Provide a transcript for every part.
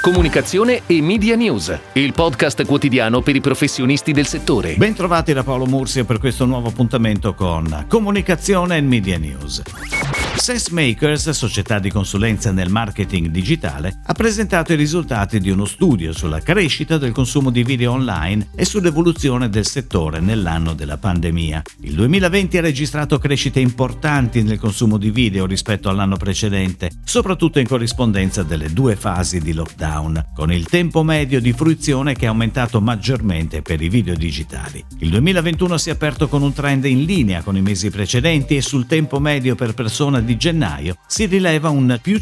Comunicazione e Media News, il podcast quotidiano per i professionisti del settore. Bentrovati da Paolo Mursia per questo nuovo appuntamento con Comunicazione e Media News. SenseMakers, società di consulenza nel marketing digitale, ha presentato i risultati di uno studio sulla crescita del consumo di video online e sull'evoluzione del settore nell'anno della pandemia. Il 2020 ha registrato crescite importanti nel consumo di video rispetto all'anno precedente, soprattutto in corrispondenza delle due fasi di lockdown, con il tempo medio di fruizione che è aumentato maggiormente per i video digitali. Il 2021 si è aperto con un trend in linea con i mesi precedenti e sul tempo medio per persona di gennaio si rileva un più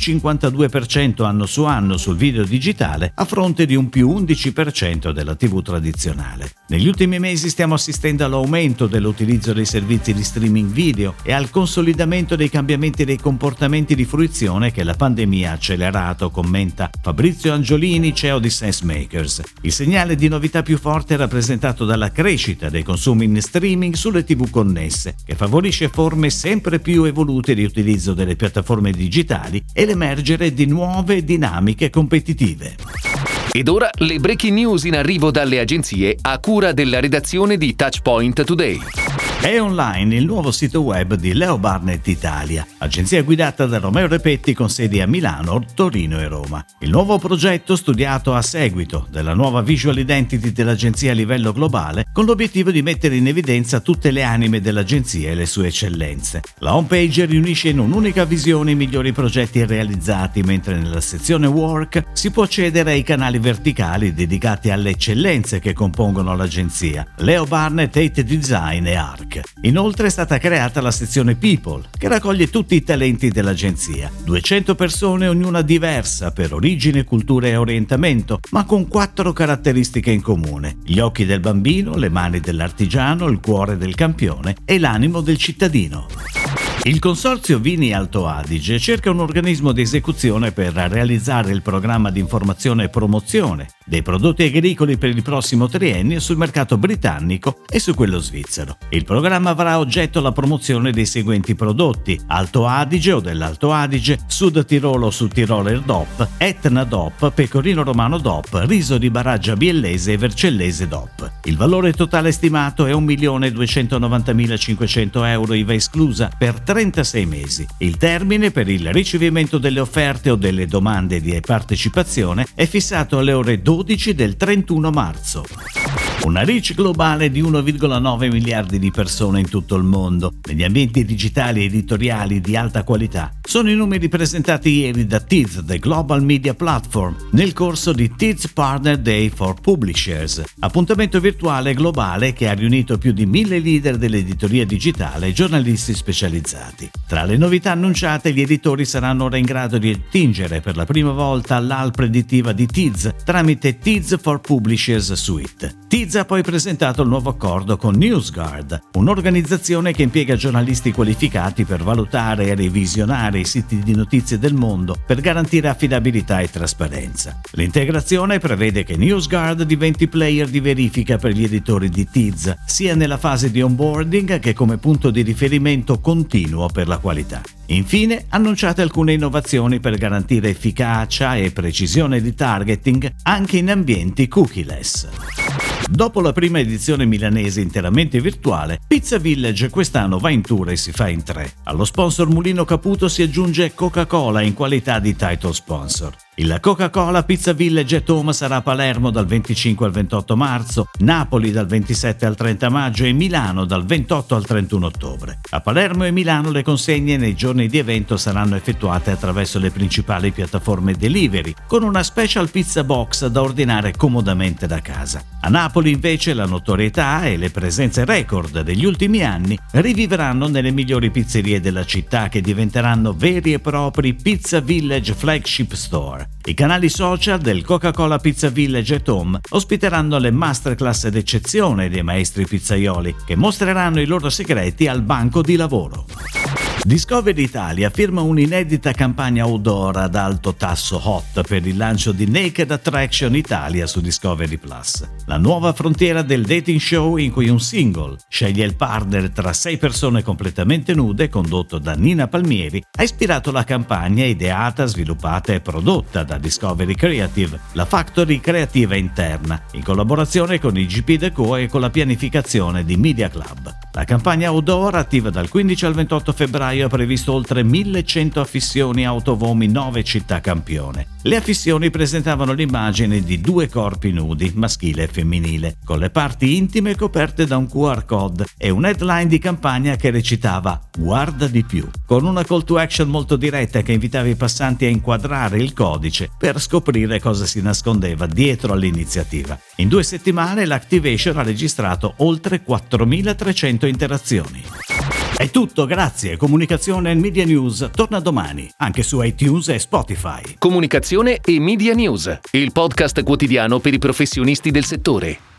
52% anno su anno sul video digitale a fronte di un più 11% della TV tradizionale. Negli ultimi mesi stiamo assistendo all'aumento dell'utilizzo dei servizi di streaming video e al consolidamento dei cambiamenti dei comportamenti di fruizione che la pandemia ha accelerato, commenta Fabrizio Angiolini, CEO di SenseMakers. Il segnale di novità più forte è rappresentato dalla crescita dei consumi in streaming sulle TV connesse, che favorisce forme sempre più evolute di utilizzo delle piattaforme digitali e l'emergere di nuove dinamiche competitive. Ed ora le breaking news in arrivo dalle agenzie a cura della redazione di Touchpoint Today. È online il nuovo sito web di Leo Burnett Italia, agenzia guidata da Romeo Repetti con sedi a Milano, Torino e Roma. Il nuovo progetto studiato a seguito della nuova visual identity dell'agenzia a livello globale con l'obiettivo di mettere in evidenza tutte le anime dell'agenzia e le sue eccellenze. La homepage riunisce in un'unica visione i migliori progetti realizzati, mentre nella sezione Work si può accedere ai canali verticali dedicati alle eccellenze che compongono l'agenzia, Leo Burnett, Tate Design e Arc. Inoltre è stata creata la sezione People, che raccoglie tutti i talenti dell'agenzia. 200 persone, ognuna diversa per origine, cultura e orientamento, ma con 4 caratteristiche in comune: gli occhi del bambino, le mani dell'artigiano, il cuore del campione e l'animo del cittadino. Il consorzio Vini Alto Adige cerca un organismo di esecuzione per realizzare il programma di informazione e promozione dei prodotti agricoli per il prossimo triennio sul mercato britannico e su quello svizzero. Il programma avrà oggetto la promozione dei seguenti prodotti: Alto Adige o dell'Alto Adige, Sud Tirolo o Sudtiroler DOP, Etna DOP, Pecorino Romano DOP, riso di Baraggia Biellese e Vercellese DOP. Il valore totale stimato è 1.290.500 euro IVA esclusa per 36 mesi. Il termine per il ricevimento delle offerte o delle domande di partecipazione è fissato alle ore 12 del 31 marzo. Una reach globale di 1,9 miliardi di persone in tutto il mondo, negli ambienti digitali e editoriali di alta qualità. Sono i numeri presentati ieri da Tiz, The Global Media Platform, nel corso di Tiz Partner Day for Publishers, appuntamento virtuale globale che ha riunito più di 1000 leader dell'editoria digitale e giornalisti specializzati. Tra le novità annunciate, gli editori saranno ora in grado di attingere per la prima volta all'AL predittiva di Tiz tramite Tiz for Publishers Suite. Tiz ha poi presentato il nuovo accordo con NewsGuard, un'organizzazione che impiega giornalisti qualificati per valutare e revisionare i siti di notizie del mondo per garantire affidabilità e trasparenza. L'integrazione prevede che NewsGuard diventi player di verifica per gli editori di Tiz, sia nella fase di onboarding che come punto di riferimento continuo per la qualità. Infine, annunciate alcune innovazioni per garantire efficacia e precisione di targeting anche in ambienti cookieless. Dopo la prima edizione milanese interamente virtuale, Pizza Village quest'anno va in tour e si fa in 3. Allo sponsor Mulino Caputo si aggiunge Coca-Cola in qualità di title sponsor. Il Coca-Cola Pizza Village at Home sarà a Palermo dal 25 al 28 marzo, Napoli dal 27 al 30 maggio e Milano dal 28 al 31 ottobre. A Palermo e Milano le consegne nei giorni di evento saranno effettuate attraverso le principali piattaforme delivery, con una special pizza box da ordinare comodamente da casa. A Napoli invece la notorietà e le presenze record degli ultimi anni rivivranno nelle migliori pizzerie della città, che diventeranno veri e propri Pizza Village Flagship Store. I canali social del Coca-Cola Pizza Village at Home ospiteranno le masterclass d'eccezione dei maestri pizzaioli che mostreranno i loro segreti al banco di lavoro. Discovery Italia firma un'inedita campagna outdoor ad alto tasso hot per il lancio di Naked Attraction Italia su Discovery Plus, la nuova frontiera del dating show in cui un single sceglie il partner tra 6 persone completamente nude, condotto da Nina Palmieri, ha ispirato la campagna ideata, sviluppata e prodotta da Discovery Creative, la factory creativa interna, in collaborazione con il GP Deco e con la pianificazione di Media Club. La campagna outdoor, attiva dal 15 al 28 febbraio, ha previsto oltre 1100 affissioni autovom in 9 città campione. Le affissioni presentavano l'immagine di 2 corpi nudi, maschile e femminile, con le parti intime coperte da un QR code e un headline di campagna che recitava "Guarda di più", con una call to action molto diretta che invitava i passanti a inquadrare il codice per scoprire cosa si nascondeva dietro all'iniziativa. In 2 settimane l'activation ha registrato oltre 4.300 interazioni. È tutto, grazie. Comunicazione e Media News torna domani, anche su iTunes e Spotify. Comunicazione e Media News, il podcast quotidiano per i professionisti del settore.